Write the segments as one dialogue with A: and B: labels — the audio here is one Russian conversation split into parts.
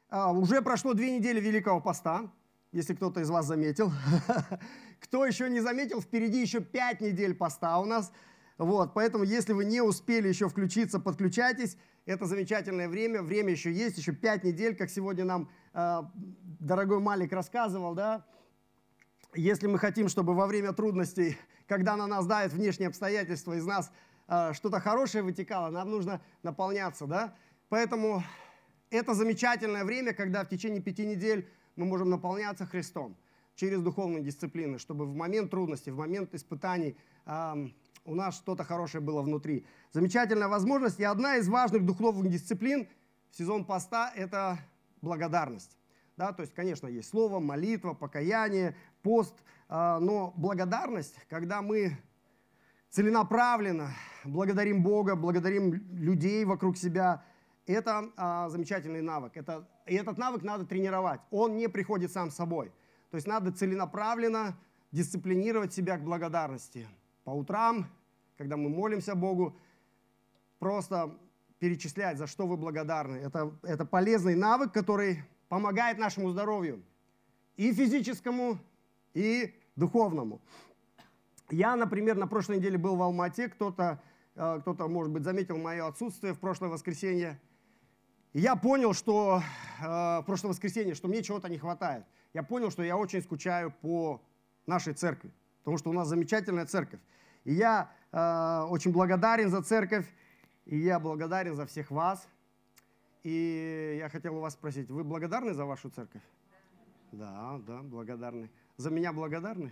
A: Уже прошло 2 недели Великого Поста, если кто-то из вас заметил. Кто еще не заметил, впереди еще 5 недель поста у нас. Вот, поэтому, если вы не успели еще включиться, подключайтесь. Это замечательное время. Время еще есть, еще 5 недель, как сегодня нам дорогой Малик рассказывал, да. Если мы хотим, чтобы во время трудностей, когда на нас давят внешние обстоятельства, из нас что-то хорошее вытекало, нам нужно наполняться, да. Поэтому это замечательное время, когда в течение 5 недель мы можем наполняться Христом через духовные дисциплины, чтобы в момент трудностей, в момент испытаний у нас что-то хорошее было внутри. Замечательная возможность. И одна из важных духовных дисциплин в сезон поста – это благодарность. Да, то есть, конечно, есть слово, молитва, покаяние, пост, но благодарность, когда мы целенаправленно благодарим Бога, благодарим людей вокруг себя, это замечательный навык. И этот навык надо тренировать. Он не приходит сам собой. То есть надо целенаправленно дисциплинировать себя к благодарности. По утрам, когда мы молимся Богу, просто перечислять, за что вы благодарны. Это полезный навык, который помогает нашему здоровью. И физическому, и духовному. Я, например, на прошлой неделе был в Алма-Ате. Кто-то, может быть, заметил мое отсутствие в прошлое воскресенье. И я понял, что в прошлое воскресенье, что мне чего-то не хватает. Я понял, что я очень скучаю по нашей церкви, потому что у нас замечательная церковь. И я очень благодарен за церковь, и я благодарен за всех вас. И я хотел у вас спросить, вы благодарны за вашу церковь? Да, благодарны. За меня благодарны?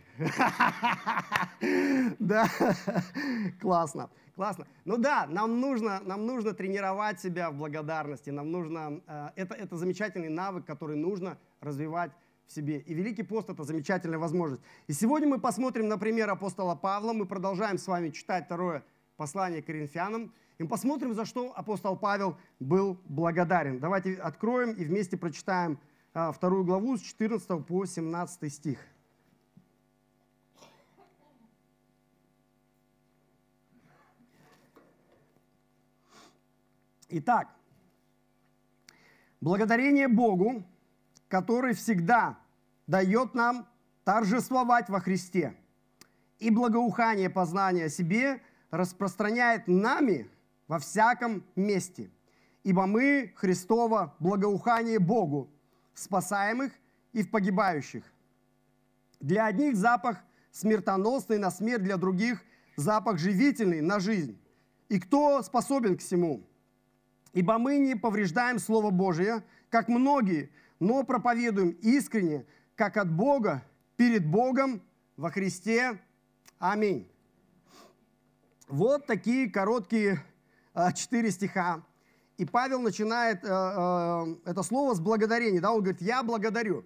A: Да, классно. Ну да, нам нужно тренировать себя в благодарности. Это замечательный навык, который нужно развивать в себе. И Великий пост – это замечательная возможность. И сегодня мы посмотрим на пример апостола Павла. Мы продолжаем с вами читать 2 послание к Коринфянам. И мы посмотрим, за что апостол Павел был благодарен. Давайте откроем и вместе прочитаем 2 главу с 14 по 17 стих. Итак, благодарение Богу, который всегда дает нам торжествовать во Христе, и благоухание познания о себе распространяет нами во всяком месте. Ибо мы Христово благоухание Богу, в спасаемых и в погибающих. Для одних запах смертоносный на смерть, для других запах живительный на жизнь. И кто способен к всему? Ибо мы не повреждаем Слово Божие, как многие, но проповедуем искренне, как от Бога, перед Богом, во Христе. Аминь. Вот такие короткие 4 стиха. И Павел начинает это слово с благодарения. Да? Он говорит, я благодарю.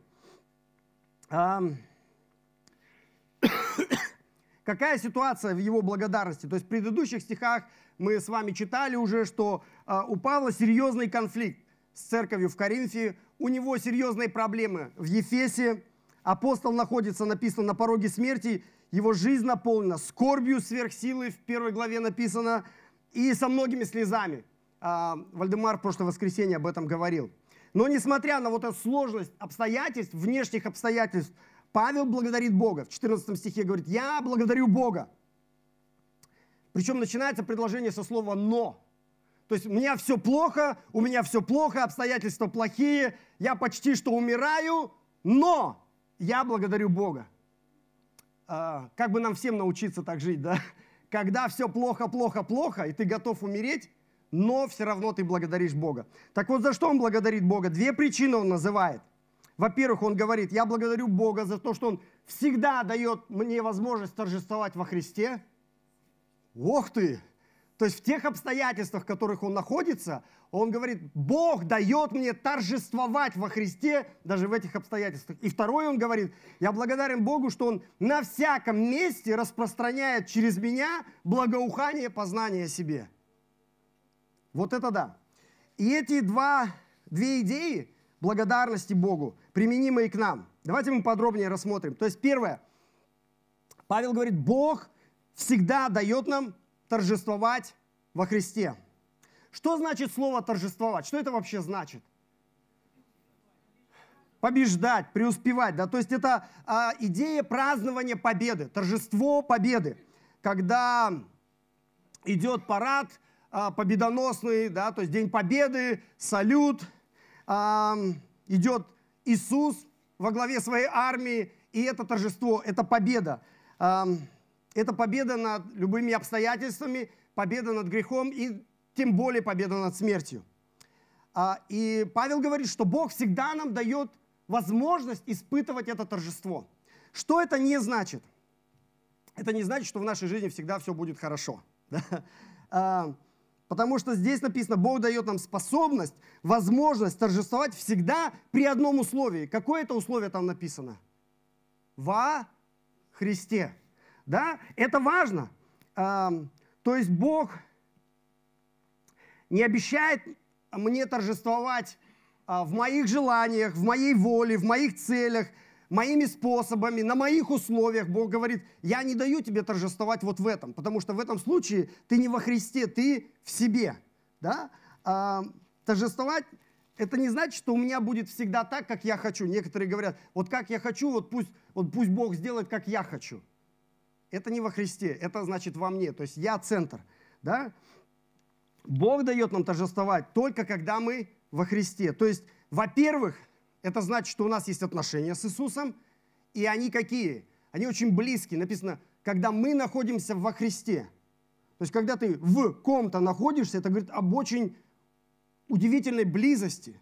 A: Какая ситуация в его благодарности? То есть в предыдущих стихах мы с вами читали уже, что у Павла серьезный конфликт с церковью в Коринфе, у него серьезные проблемы в Ефесе. Апостол находится, написано, на пороге смерти, его жизнь наполнена скорбью сверхсилы, в 1 главе написано, и со многими слезами. Вальдемар в прошлое воскресенье об этом говорил. Но несмотря на вот эту сложность обстоятельств, внешних обстоятельств, Павел благодарит Бога. В 14 стихе говорит, я благодарю Бога. Причем начинается предложение со слова «но». То есть у меня все плохо, обстоятельства плохие, я почти что умираю, но я благодарю Бога. Как бы нам всем научиться так жить, да? Когда все плохо, и ты готов умереть, но все равно ты благодаришь Бога. Так вот, за что он благодарит Бога? 2 причины он называет. Во-первых, он говорит, я благодарю Бога за то, что Он всегда дает мне возможность торжествовать во Христе. Ох ты! То есть в тех обстоятельствах, в которых он находится, он говорит, Бог дает мне торжествовать во Христе даже в этих обстоятельствах. И второе, он говорит, я благодарен Богу, что Он на всяком месте распространяет через меня благоухание познания о себе. Вот это да. И эти две идеи благодарности Богу, применимые к нам. Давайте мы подробнее рассмотрим. То есть первое. Павел говорит, Бог всегда дает нам торжествовать во Христе. Что значит слово торжествовать? Что это вообще значит? побеждать, преуспевать. Да? То есть это идея празднования победы, торжество победы. Когда идет парад победоносный, да, то есть День Победы, салют, идет Иисус во главе своей армии, и это торжество, это победа. Это победа над любыми обстоятельствами, победа над грехом и тем более победа над смертью. И Павел говорит, что Бог всегда нам дает возможность испытывать это торжество. Что это не значит? Это не значит, что в нашей жизни всегда все будет хорошо. Да? Потому что здесь написано, Бог дает нам способность, возможность торжествовать всегда при одном условии. Какое это условие там написано? Во Христе. Да? Это важно. То есть Бог не обещает мне торжествовать в моих желаниях, в моей воле, в моих целях, моими способами, на моих условиях. Бог говорит, я не даю тебе торжествовать вот в этом, потому что в этом случае ты не во Христе, ты в себе. Да? Торжествовать – это не значит, что у меня будет всегда так, как я хочу. Некоторые говорят, вот как я хочу, вот пусть Бог сделает, как я хочу. Это не во Христе, это значит во мне, то есть я центр. Да? Бог дает нам торжествовать только когда мы во Христе. То есть, во-первых, это значит, что у нас есть отношения с Иисусом, и они какие? Они очень близкие. Написано, когда мы находимся во Христе. То есть, когда ты в ком-то находишься, это говорит об очень удивительной близости.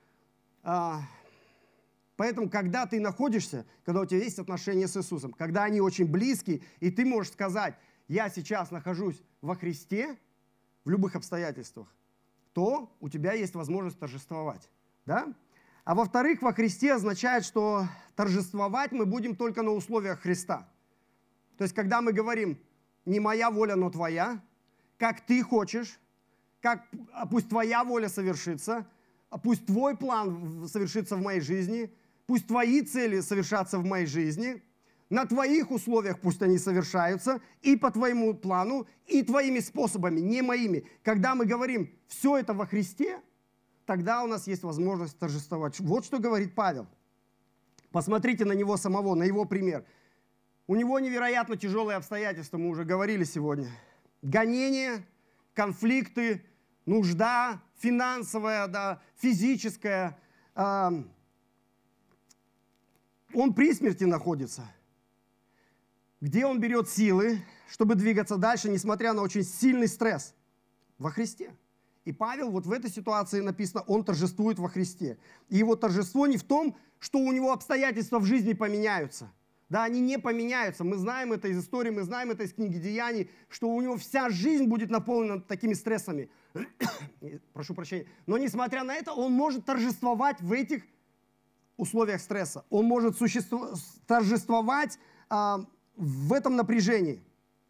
A: Поэтому, когда ты находишься, когда у тебя есть отношения с Иисусом, когда они очень близкие, и ты можешь сказать, я сейчас нахожусь во Христе, в любых обстоятельствах, то у тебя есть возможность торжествовать. Да? А во-вторых, во Христе означает, что торжествовать мы будем только на условиях Христа. То есть, когда мы говорим, не моя воля, но твоя, как ты хочешь, пусть твоя воля совершится, пусть твой план совершится в моей жизни, пусть твои цели совершатся в моей жизни, на твоих условиях пусть они совершаются, и по твоему плану, и твоими способами, не моими. Когда мы говорим, все это во Христе, тогда у нас есть возможность торжествовать. Вот что говорит Павел. Посмотрите на него самого, на его пример. У него невероятно тяжелые обстоятельства, мы уже говорили сегодня. Гонения, конфликты, нужда финансовая, да, физическая. Он при смерти находится. Где он берет силы, чтобы двигаться дальше, несмотря на очень сильный стресс? Во Христе. И Павел вот в этой ситуации написано, он торжествует во Христе. И его торжество не в том, что у него обстоятельства в жизни поменяются. Да, они не поменяются. Мы знаем это из истории, мы знаем это из книги Деяний, что у него вся жизнь будет наполнена такими стрессами. Прошу прощения. Но несмотря на это, он может торжествовать в этих условиях стресса. Он может торжествовать в этом напряжении.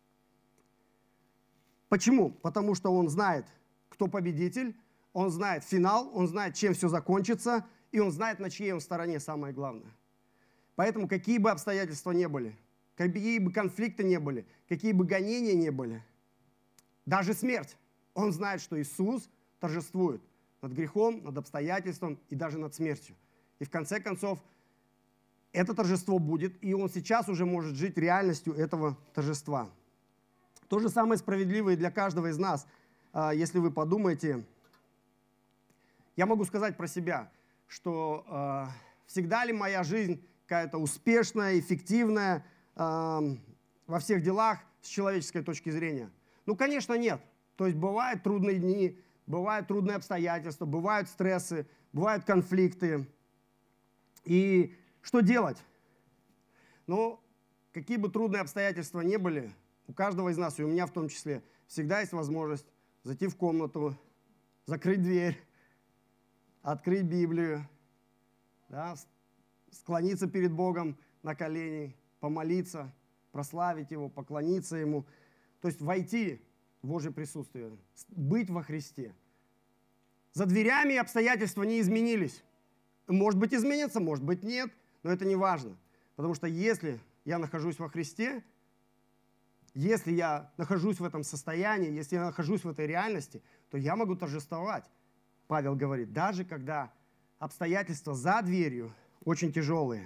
A: Почему? Потому что он знает, кто победитель, он знает финал, он знает, чем все закончится, и он знает, на чьей он стороне, самое главное. Поэтому какие бы обстоятельства ни были, какие бы конфликты ни были, какие бы гонения ни были, даже смерть, он знает, что Иисус торжествует над грехом, над обстоятельством и даже над смертью. И в конце концов, это торжество будет, и он сейчас уже может жить реальностью этого торжества. То же самое справедливо и для каждого из нас. Если вы подумаете, я могу сказать про себя, что всегда ли моя жизнь какая-то успешная, эффективная во всех делах с человеческой точки зрения? Ну, конечно, нет. То есть бывают трудные дни, бывают трудные обстоятельства, бывают стрессы, бывают конфликты. И что делать? Ну, какие бы трудные обстоятельства ни были, у каждого из нас, и у меня в том числе, всегда есть возможность зайти в комнату, закрыть дверь, открыть Библию, да, склониться перед Богом на колени, помолиться, прославить Его, поклониться Ему. То есть войти в Божье присутствие, быть во Христе. За дверями обстоятельства не изменились. Может быть, изменятся, может быть, нет, но это не важно. Потому что если я нахожусь во Христе, если я нахожусь в этом состоянии, если я нахожусь в этой реальности, то я могу торжествовать. Павел говорит, даже когда обстоятельства за дверью очень тяжелые.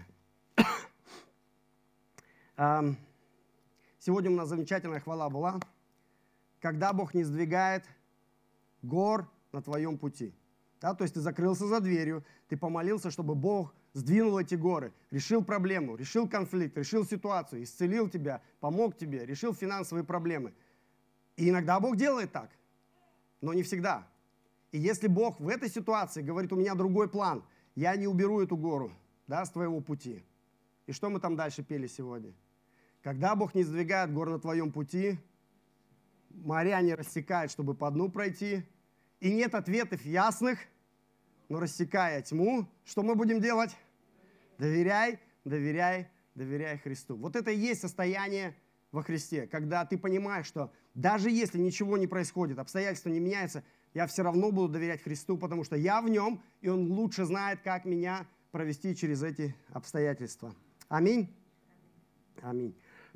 A: Сегодня у нас замечательная хвала была, когда Бог не сдвигает гор на твоем пути. Да, то есть ты закрылся за дверью, ты помолился, чтобы Бог сдвинул эти горы, решил проблему, решил конфликт, решил ситуацию, исцелил тебя, помог тебе, решил финансовые проблемы. И иногда Бог делает так, но не всегда. И если Бог в этой ситуации говорит, у меня другой план, я не уберу эту гору, да, с твоего пути. И что мы там дальше пели сегодня? Когда Бог не сдвигает гор на твоем пути, моря не рассекает, чтобы по дну пройти, и нет ответов ясных, но рассекая тьму, что мы будем делать? Доверяй, доверяй, доверяй Христу. Вот это и есть состояние во Христе, когда ты понимаешь, что даже если ничего не происходит, обстоятельства не меняются, я все равно буду доверять Христу, потому что я в Нем, и Он лучше знает, как меня провести через эти обстоятельства. Аминь. Аминь.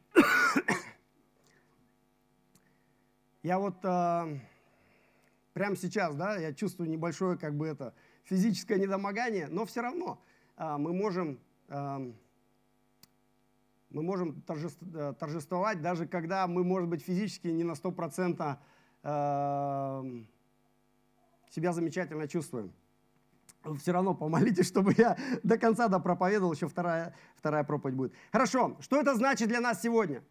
A: Я вот прямо сейчас, да, я чувствую небольшое физическое недомогание, но все равно мы можем торжествовать, даже когда мы, может быть, физически не на 100% себя замечательно чувствуем. Все равно помолитесь, чтобы я до конца допроповедовал, еще вторая проповедь будет. Хорошо, что это значит для нас сегодня?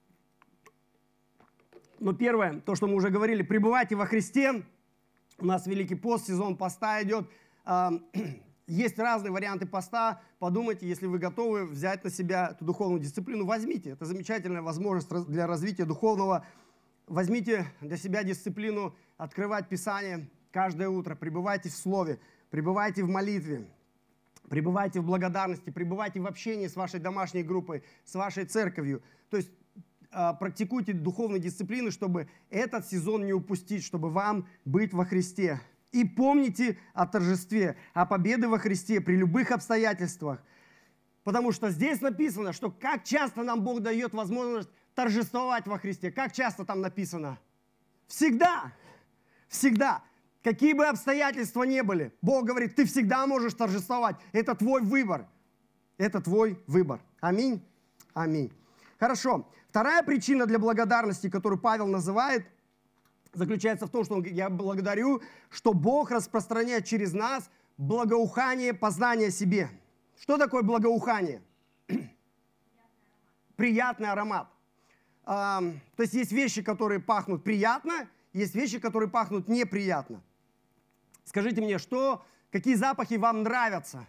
A: Ну, первое, то, что мы уже говорили, пребывайте во Христе. У нас Великий пост, сезон поста идет. Есть разные варианты поста. Подумайте, если вы готовы взять на себя эту духовную дисциплину, возьмите. Это замечательная возможность для развития духовного. Возьмите для себя дисциплину открывать Писание каждое утро. Пребывайте в Слове, пребывайте в молитве, пребывайте в благодарности, пребывайте в общении с вашей домашней группой, с вашей церковью. То есть практикуйте духовные дисциплины, чтобы этот сезон не упустить, чтобы вам быть во Христе. И помните о торжестве, о победе во Христе при любых обстоятельствах. Потому что здесь написано, что как часто нам Бог дает возможность торжествовать во Христе. Как часто там написано? Всегда. Всегда. Какие бы обстоятельства ни были, Бог говорит, ты всегда можешь торжествовать. Это твой выбор. Это твой выбор. Аминь. Аминь. Хорошо. Вторая причина для благодарности, которую Павел называет, заключается в том, что он говорит, я благодарю, что Бог распространяет через нас благоухание познания себе. Что такое благоухание? Приятный аромат. То есть есть вещи, которые пахнут приятно, есть вещи, которые пахнут неприятно. Скажите мне, какие запахи вам нравятся?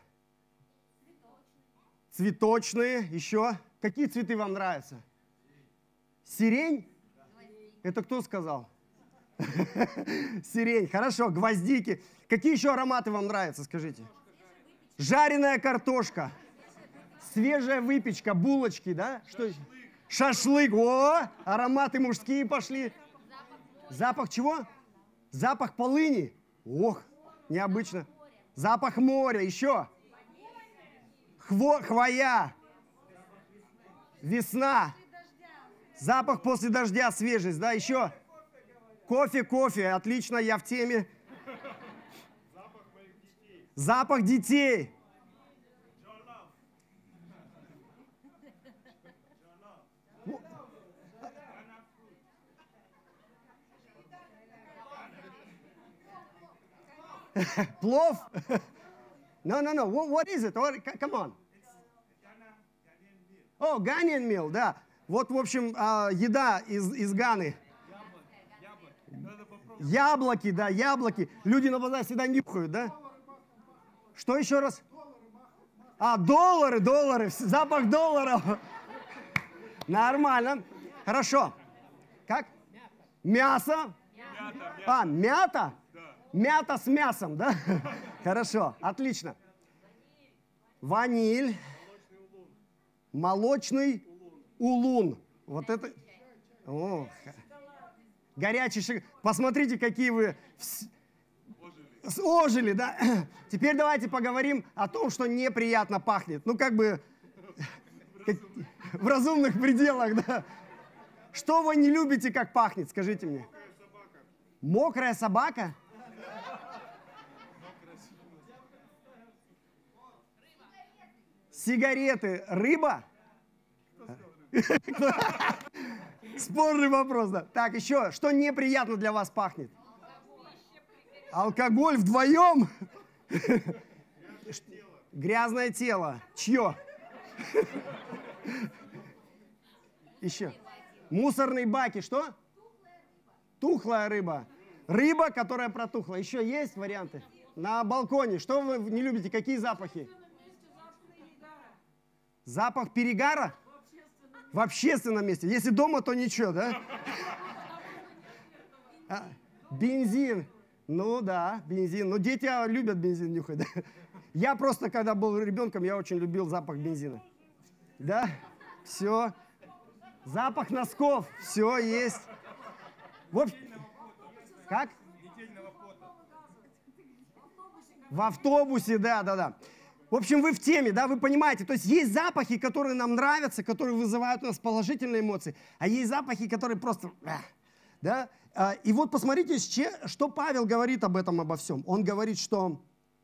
A: Цветочные. Еще? Какие цветы вам нравятся? Сирень? Это кто сказал? Сирень. Хорошо. Гвоздики. Какие еще ароматы вам нравятся, скажите? Жареная картошка. Свежая выпечка, булочки, да? Что еще? Шашлык. О, ароматы мужские пошли. Запах чего? Запах полыни. Ох, необычно. Запах моря. Еще. Хвоя. Весна. Запах после дождя, свежесть, да, еще. Кофе. Отлично, я в теме. Запах детей. Плов? No. What is it? Come on. О, Ghanaian meal, да. Вот, в общем, еда из Ганы. Яблоки, да, яблоки. Люди на базаре всегда нюхают, да? Что еще раз? Доллары. Запах долларов. Нормально. Хорошо. Как? Мясо? Мята? Мята с мясом, да? Хорошо, отлично. Ваниль. Молочный улун. Вот это... О, горячий шоколад. Посмотрите, какие вы... Ожили, да? Теперь давайте поговорим о том, что неприятно пахнет. В разумных пределах, да? Что вы не любите, как пахнет, скажите мне? Мокрая собака? Сигареты, рыба? Спорный вопрос, да. Так, еще, что неприятно для вас пахнет? Алкоголь вдвоем? Грязное тело. Чье? Еще. Мусорные баки. Что? Тухлая рыба. Рыба, которая протухла. Еще есть варианты? На балконе. Что вы не любите? Какие запахи? Запах перегара? В общественном месте. Если дома, то ничего, да? Бензин. Ну да, бензин. Но дети любят бензин нюхать, да? Я просто, когда был ребенком, я очень любил запах бензина. Да? Все. Запах носков. Все есть. Вот. Как? В автобусе, да. В общем, вы в теме, да, вы понимаете. То есть есть запахи, которые нам нравятся, которые вызывают у нас положительные эмоции, а есть запахи, которые просто... Да? И вот посмотрите, что Павел говорит об этом, обо всем. Он говорит, что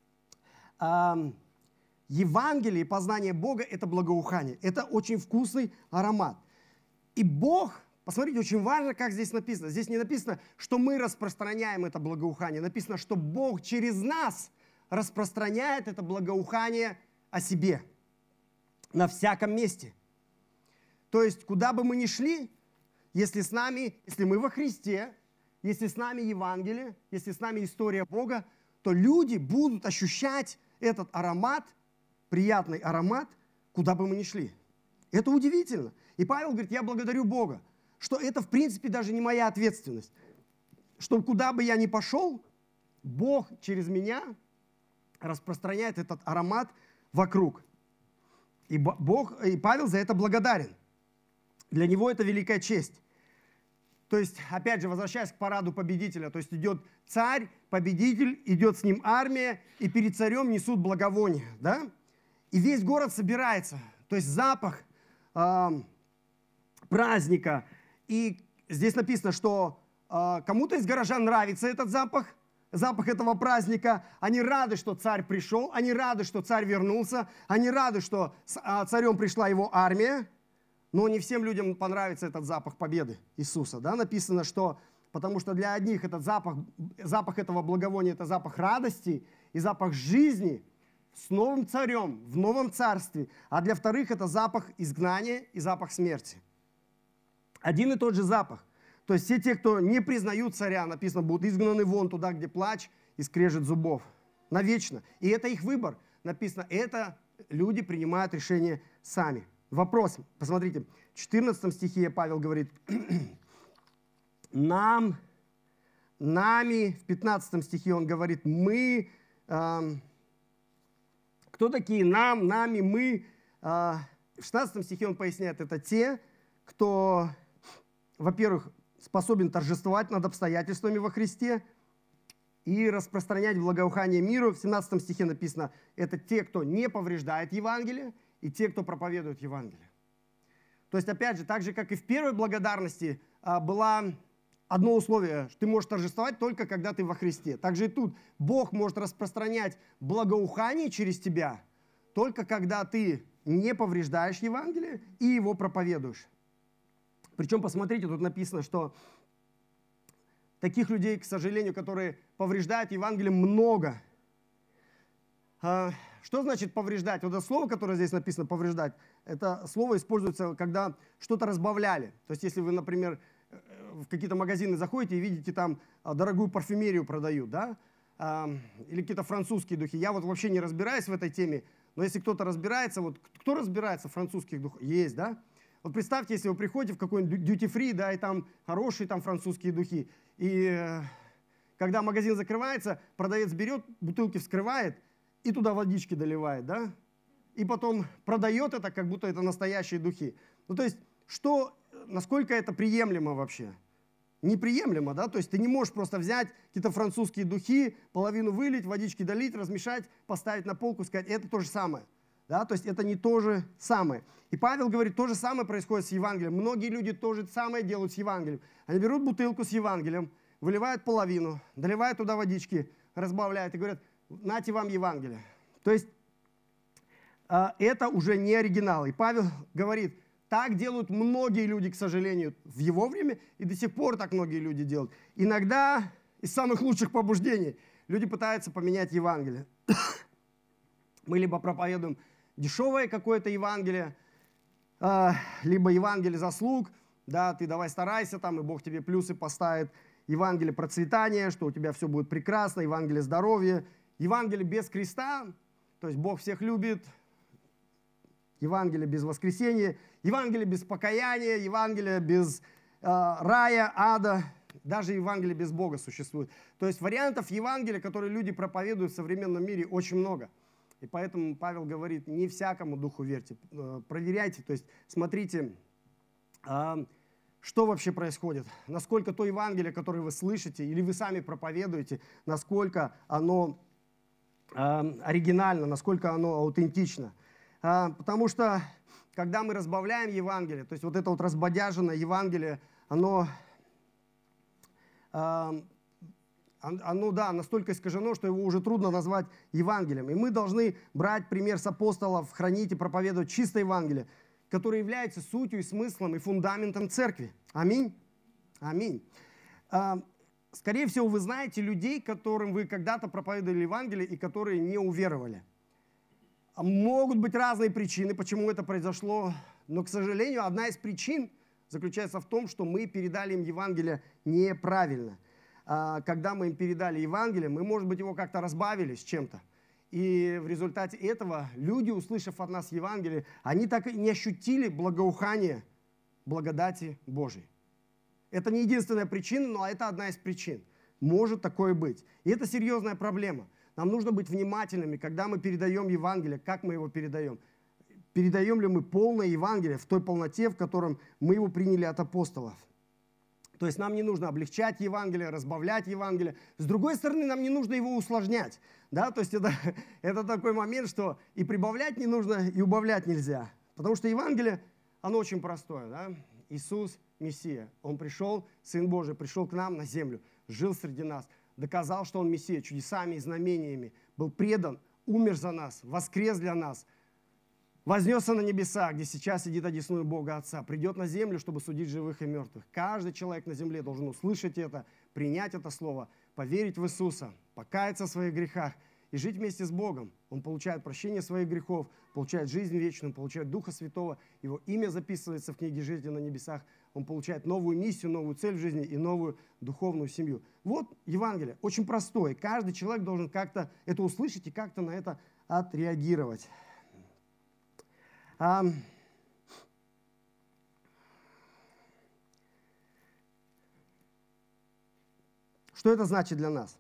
A: Евангелие и познание Бога – это благоухание. Это очень вкусный аромат. И Бог, посмотрите, очень важно, как здесь написано. Здесь не написано, что мы распространяем это благоухание. Написано, что Бог через нас распространяет это благоухание о себе на всяком месте. То есть, куда бы мы ни шли, если мы во Христе, если с нами Евангелие, если с нами история Бога, то люди будут ощущать этот аромат, приятный аромат, куда бы мы ни шли. Это удивительно. И Павел говорит, я благодарю Бога, что это, в принципе, даже не моя ответственность. Что куда бы я ни пошел, Бог через меня распространяет этот аромат вокруг. И Павел за это благодарен. Для него это великая честь. То есть, опять же, возвращаясь к параду победителя, то есть идет царь, победитель, идет с ним армия, и перед царем несут благовония, да? И весь город собирается, то есть запах праздника. И здесь написано, что кому-то из горожан нравится этот запах этого праздника. Они рады, что царь пришел, они рады, что царь вернулся, они рады, что царем пришла его армия. Но не всем людям понравится этот запах победы Иисуса. Да? Написано, что потому что для одних этот запах этого благовония – это запах радости и запах жизни с новым царем в новом царстве, а для вторых это запах изгнания и запах смерти. Один и тот же запах. То есть все те, кто не признают царя, написано, будут изгнаны вон туда, где плач и скрежет зубов. Навечно. И это их выбор. Написано, это люди принимают решение сами. Вопрос, посмотрите, в 14 стихе Павел говорит, нами, в 15 стихе он говорит, мы, кто такие нами, мы, в 16 стихе он поясняет, это те, кто, во-первых, способен торжествовать над обстоятельствами во Христе и распространять благоухание миру. В 17 стихе написано, это те, кто не повреждает Евангелие, и те, кто проповедует Евангелие. То есть, опять же, так же, как и в первой благодарности, было одно условие, что ты можешь торжествовать только, когда ты во Христе. Так же и тут Бог может распространять благоухание через тебя, только когда ты не повреждаешь Евангелие и его проповедуешь. Причем, посмотрите, тут написано, что таких людей, к сожалению, которые повреждают Евангелие, много. Что значит повреждать? Вот это слово, которое здесь написано «повреждать», это слово используется, когда что-то разбавляли. То есть, если вы, например, в какие-то магазины заходите и видите, там дорогую парфюмерию продают, да? Или какие-то французские духи. Я вот вообще не разбираюсь в этой теме, но если кто-то разбирается, вот кто разбирается в французских духах? Есть, да? Вот представьте, если вы приходите в какой-нибудь duty-free, да, и там хорошие там французские духи, и когда магазин закрывается, продавец берет, бутылки вскрывает, и туда водички доливает, да? И потом продает это, как будто это настоящие духи. Ну, то есть, насколько это приемлемо вообще? Неприемлемо, да? То есть, ты не можешь просто взять какие-то французские духи, половину вылить, водички долить, размешать, поставить на полку, сказать, это то же самое. Да? То есть, это не то же самое. И Павел говорит, то же самое происходит с Евангелием. Многие люди то же самое делают с Евангелием. Они берут бутылку с Евангелием, выливают половину, доливают туда водички, разбавляют и говорят, нате вам Евангелие. То есть это уже не оригинал. И Павел говорит, так делают многие люди, к сожалению, в его время, и до сих пор так многие люди делают. Иногда из самых лучших побуждений люди пытаются поменять Евангелие. Мы либо проповедуем дешевое какое-то Евангелие, либо Евангелие заслуг, да, ты давай старайся там, и Бог тебе плюсы поставит. Евангелие процветания, что у тебя все будет прекрасно, Евангелие здоровья. Евангелие без креста, то есть Бог всех любит. Евангелие без воскресения, Евангелие без покаяния, Евангелие без рая, ада. Даже Евангелие без Бога существует. То есть вариантов Евангелия, которые люди проповедуют в современном мире, очень много. И поэтому Павел говорит, не всякому духу верьте, проверяйте, то есть смотрите, что вообще происходит, насколько то Евангелие, которое вы слышите, или вы сами проповедуете, насколько оно оригинально, насколько оно аутентично. Потому что, когда мы разбавляем Евангелие, то есть вот это вот разбодяженное Евангелие, оно настолько искажено, что его уже трудно назвать Евангелием. И мы должны брать пример с апостолов, хранить и проповедовать чистое Евангелие, которое является сутью и смыслом и фундаментом церкви. Аминь. Аминь. Скорее всего, вы знаете людей, которым вы когда-то проповедовали Евангелие и которые не уверовали. Могут быть разные причины, почему это произошло, но, к сожалению, одна из причин заключается в том, что мы передали им Евангелие неправильно. Когда мы им передали Евангелие, мы, может быть, его как-то разбавили с чем-то. И в результате этого люди, услышав от нас Евангелие, они так и не ощутили благоухание благодати Божией. Это не единственная причина, но это одна из причин. Может такое быть. И это серьезная проблема. Нам нужно быть внимательными, когда мы передаем Евангелие, как мы его передаем. Передаем ли мы полное Евангелие в той полноте, в котором мы его приняли от апостолов. То есть нам не нужно облегчать Евангелие, разбавлять Евангелие. С другой стороны, нам не нужно его усложнять. Да? То есть это такой момент, что и прибавлять не нужно, и убавлять нельзя. Потому что Евангелие, оно очень простое. Да? Иисус Мессия. Он пришел, Сын Божий, пришел к нам на землю, жил среди нас, доказал, что Он Мессия, чудесами и знамениями, был предан, умер за нас, воскрес для нас, вознесся на небеса, где сейчас сидит одесную Бога Отца, придет на землю, чтобы судить живых и мертвых. Каждый человек на земле должен услышать это, принять это слово, поверить в Иисуса, покаяться в своих грехах и жить вместе с Богом. Он получает прощение своих грехов, получает жизнь вечную, получает Духа Святого, его имя записывается в книге жизни на небесах, он получает новую миссию, новую цель в жизни и новую духовную семью. Вот Евангелие, очень простое. Каждый человек должен как-то это услышать и как-то на это отреагировать. Что это значит для нас?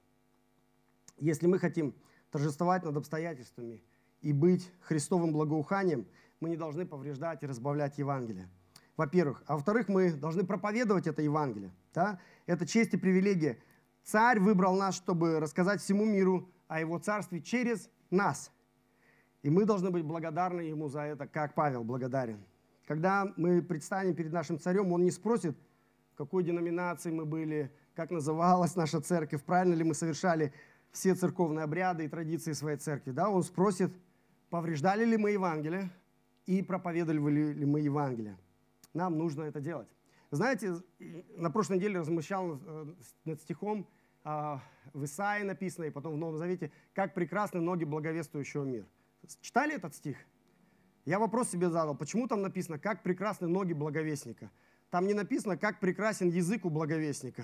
A: Если мы хотим торжествовать над обстоятельствами и быть Христовым благоуханием, мы не должны повреждать и разбавлять Евангелие. Во-первых. А во-вторых, мы должны проповедовать это Евангелие. Да? Это честь и привилегия. Царь выбрал нас, чтобы рассказать всему миру о Его царстве через нас. И мы должны быть благодарны Ему за это, как Павел благодарен. Когда мы предстанем перед нашим царем, Он не спросит, в какой деноминации мы были, как называлась наша церковь, правильно ли мы совершали все церковные обряды и традиции своей церкви. Да? Он спросит, повреждали ли мы Евангелие и проповедовали ли мы Евангелие. Нам нужно это делать. Знаете, на прошлой неделе размышлял над стихом в Исаии написано, и потом в Новом Завете, как прекрасны ноги благовествующего мира. Читали этот стих? Я вопрос себе задал, почему там написано, как прекрасны ноги благовестника? Там не написано, как прекрасен язык у благовестника,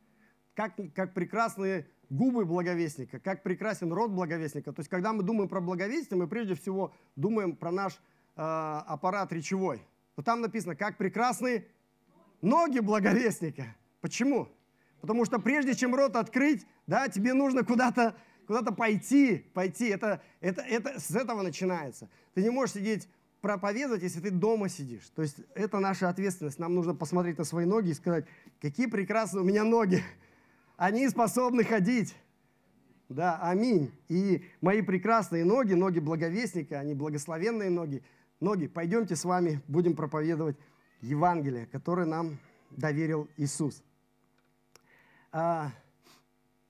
A: как прекрасны губы благовестника, как прекрасен рот благовестника. То есть, когда мы думаем про благовестие, мы прежде всего думаем про наш аппарат речевой. Но там написано, как прекрасны ноги благовестника. Почему? Потому что прежде чем рот открыть, да, тебе нужно куда-то пойти. Это с этого начинается. Ты не можешь сидеть проповедовать, если ты дома сидишь. То есть это наша ответственность. Нам нужно посмотреть на свои ноги и сказать, какие прекрасные у меня ноги. Они способны ходить. Да, аминь. И мои прекрасные ноги, ноги благовестника, они благословенные ноги. Пойдемте с вами, будем проповедовать Евангелие, которое нам доверил Иисус.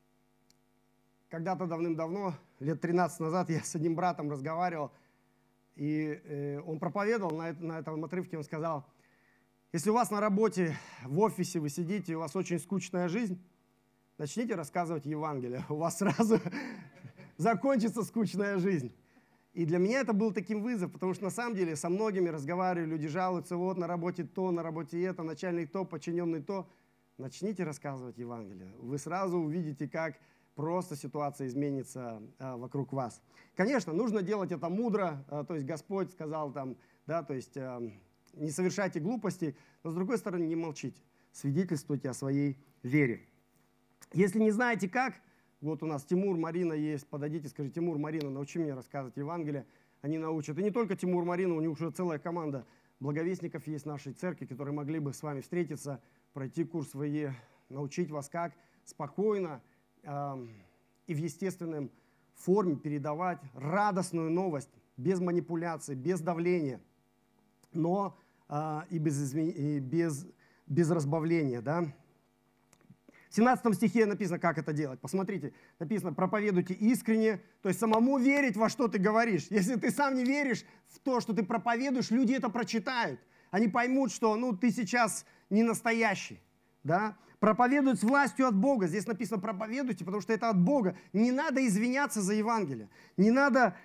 A: Когда-то давным-давно, лет 13 назад, я с одним братом разговаривал, И он проповедовал на этом отрывке, он сказал, если у вас на работе, в офисе вы сидите, и у вас очень скучная жизнь, начните рассказывать Евангелие, у вас сразу закончится скучная жизнь. И для меня это был таким вызов, потому что на самом деле со многими разговариваю, люди жалуются, вот на работе то, на работе это, начальник то, подчиненный то. Начните рассказывать Евангелие. Вы сразу увидите, как просто ситуация изменится вокруг вас. Конечно, нужно делать это мудро, то есть Господь сказал там, да, то есть не совершайте глупостей, но с другой стороны не молчите, свидетельствуйте о своей вере. Если не знаете как, вот у нас Тимур, Марина есть, подойдите, скажите, Тимур, Марина, научи меня рассказывать Евангелие, они научат. И не только Тимур, Марина, у них уже целая команда благовестников есть в нашей церкви, которые могли бы с вами встретиться, пройти курс ВЕ, научить вас как спокойно и в естественной форме передавать радостную новость, без манипуляций, без давления, но и без разбавления. Да? В 17 стихе написано, как это делать. Посмотрите, написано, проповедуйте искренне, то есть самому верить, во что ты говоришь. Если ты сам не веришь в то, что ты проповедуешь, люди это прочитают. Они поймут, что ты сейчас не настоящий. Да? Проповедуют с властью от Бога. Здесь написано проповедуйте, потому что это от Бога. Не надо извиняться за Евангелие. Не надо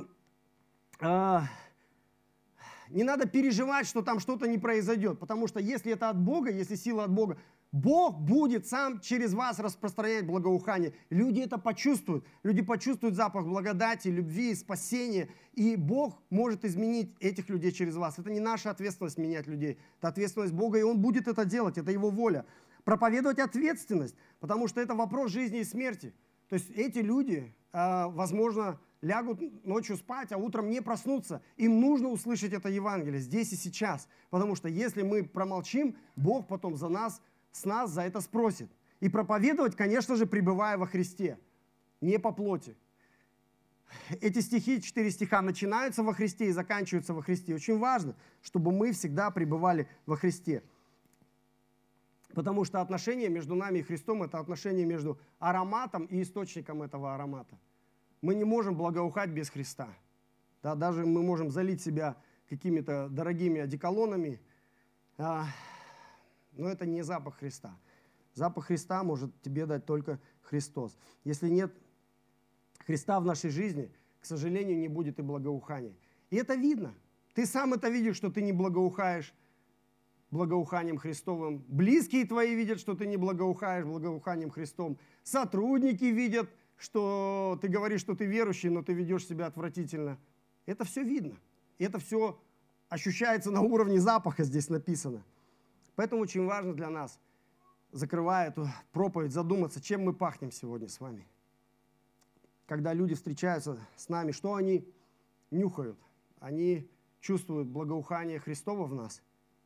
A: переживать, что там что-то не произойдет. Потому что если это от Бога, если сила от Бога, Бог будет сам через вас распространять благоухание. Люди это почувствуют. Люди почувствуют запах благодати, любви, спасения. И Бог может изменить этих людей через вас. Это не наша ответственность менять людей. Это ответственность Бога, и Он будет это делать. Это Его воля. Проповедовать ответственность, потому что это вопрос жизни и смерти. То есть эти люди, возможно, лягут ночью спать, а утром не проснутся. Им нужно услышать это Евангелие здесь и сейчас. Потому что если мы промолчим, Бог потом с нас за это спросит. И проповедовать, конечно же, пребывая во Христе, не по плоти. Эти стихи, 4 стиха, начинаются во Христе и заканчиваются во Христе. Очень важно, чтобы мы всегда пребывали во Христе. Потому что отношения между нами и Христом – это отношения между ароматом и источником этого аромата. Мы не можем благоухать без Христа. Да, даже мы можем залить себя какими-то дорогими одеколонами, но это не запах Христа. Запах Христа может тебе дать только Христос. Если нет Христа в нашей жизни, к сожалению, не будет и благоухания. И это видно. Ты сам это видишь, что ты не благоухаешь благоуханием Христовым. Близкие твои видят, что ты не благоухаешь благоуханием Христом. Сотрудники видят, что ты говоришь, что ты верующий, но ты ведешь себя отвратительно. Это все видно. Это все ощущается на уровне запаха, здесь написано. Поэтому очень важно для нас, закрывая эту проповедь, задуматься, чем мы пахнем сегодня с вами. Когда люди встречаются с нами, что они нюхают? Они чувствуют благоухание Христова в нас?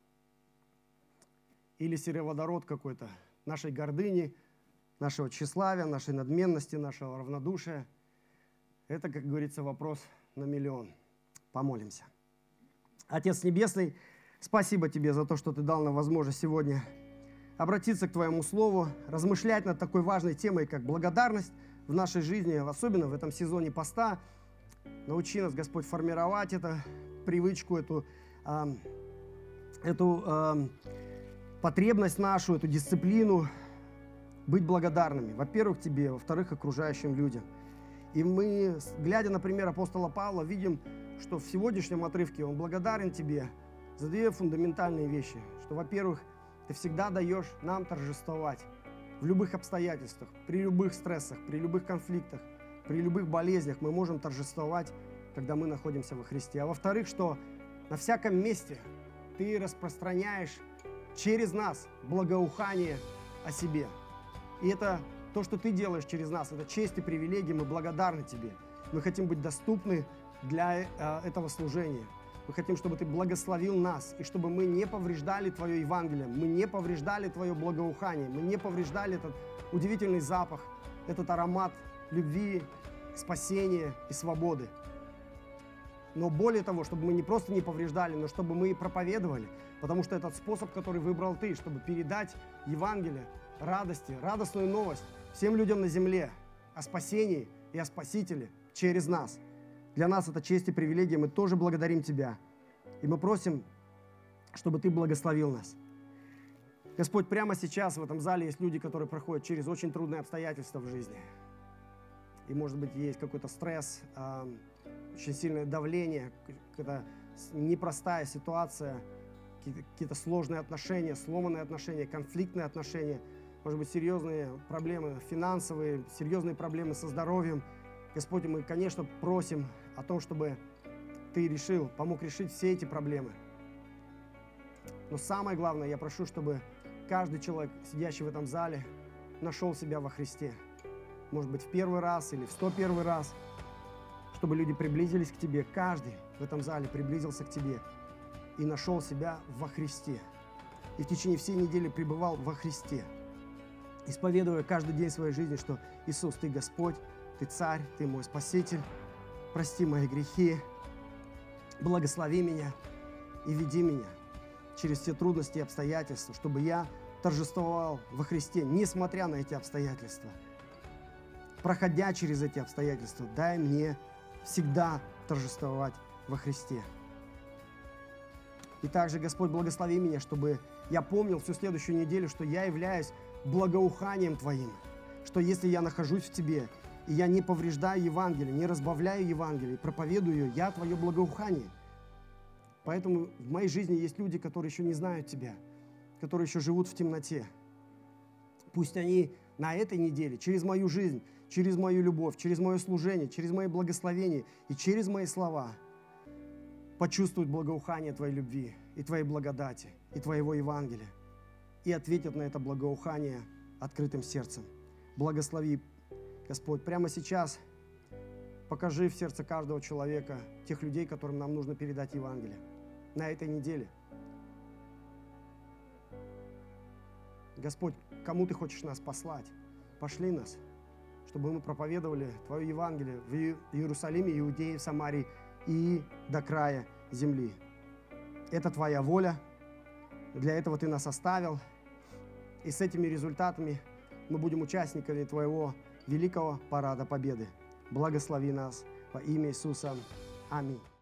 A: Или сероводород какой-то нашей гордыни, нашего тщеславия, нашей надменности, нашего равнодушия? Это, как говорится, вопрос на миллион. Помолимся. Отец Небесный, спасибо Тебе за то, что Ты дал нам возможность сегодня обратиться к Твоему Слову, размышлять над такой важной темой, как благодарность в нашей жизни, особенно в этом сезоне поста. Научи нас, Господь, формировать эту привычку, эту потребность нашу, эту дисциплину, быть благодарными. Во-первых, Тебе, во-вторых, окружающим людям. И мы, глядя на пример апостола Павла, видим, что в сегодняшнем отрывке он благодарен Тебе за 2 фундаментальные вещи. Что, во-первых, Ты всегда даешь нам торжествовать в любых обстоятельствах, при любых стрессах, при любых конфликтах, при любых болезнях мы можем торжествовать, когда мы находимся во Христе. А во-вторых, что на всяком месте Ты распространяешь через нас благоухание о себе. И это то, что Ты делаешь через нас, это честь и привилегия, мы благодарны Тебе. Мы хотим быть доступны для этого служения. Мы хотим, чтобы Ты благословил нас, и чтобы мы не повреждали Твое Евангелие, мы не повреждали Твое благоухание, мы не повреждали этот удивительный запах, этот аромат любви, спасения и свободы. Но более того, чтобы мы не просто не повреждали, но чтобы мы и проповедовали, потому что этот способ, который выбрал Ты, чтобы передать Евангелие, радости, радостную новость всем людям на земле о спасении и о Спасителе через нас. Для нас это честь и привилегия, мы тоже благодарим Тебя. И мы просим, чтобы Ты благословил нас. Господь, прямо сейчас в этом зале есть люди, которые проходят через очень трудные обстоятельства в жизни. И, может быть, есть какой-то стресс, очень сильное давление, какая-то непростая ситуация, какие-то сложные отношения, сломанные отношения, конфликтные отношения, может быть, серьезные проблемы финансовые, серьезные проблемы со здоровьем. Господь, мы, конечно, просим о том, чтобы Ты помог решить все эти проблемы. Но самое главное, я прошу, чтобы каждый человек, сидящий в этом зале, нашел себя во Христе. Может быть, в первый раз или в 101 раз, чтобы люди приблизились к Тебе. Каждый в этом зале приблизился к Тебе и нашел себя во Христе. И в течение всей недели пребывал во Христе, исповедуя каждый день своей жизни, что Иисус, Ты Господь, Ты Царь, Ты мой Спаситель, прости мои грехи, благослови меня и веди меня через все трудности и обстоятельства, чтобы я торжествовал во Христе, несмотря на эти обстоятельства. Проходя через эти обстоятельства, дай мне всегда торжествовать во Христе. И также, Господь, благослови меня, чтобы я помнил всю следующую неделю, что я являюсь благоуханием Твоим, что если я нахожусь в Тебе, и я не повреждаю Евангелие, не разбавляю Евангелие, проповедую ее, я Твое благоухание. Поэтому в моей жизни есть люди, которые еще не знают Тебя, которые еще живут в темноте. Пусть они на этой неделе, через мою жизнь, через мою любовь, через мое служение, через мои благословения и через мои слова почувствуют благоухание Твоей любви и Твоей благодати, и Твоего Евангелия, и ответят на это благоухание открытым сердцем. Благослови, Господь, прямо сейчас покажи в сердце каждого человека тех людей, которым нам нужно передать Евангелие на этой неделе. Господь, кому Ты хочешь нас послать? Пошли нас, чтобы мы проповедовали Твое Евангелие в Иерусалиме, Иудее, в Самарии и до края земли. Это Твоя воля, для этого Ты нас оставил, и с этими результатами мы будем участниками Твоего великого парада победы. Благослови нас во имя Иисуса. Аминь.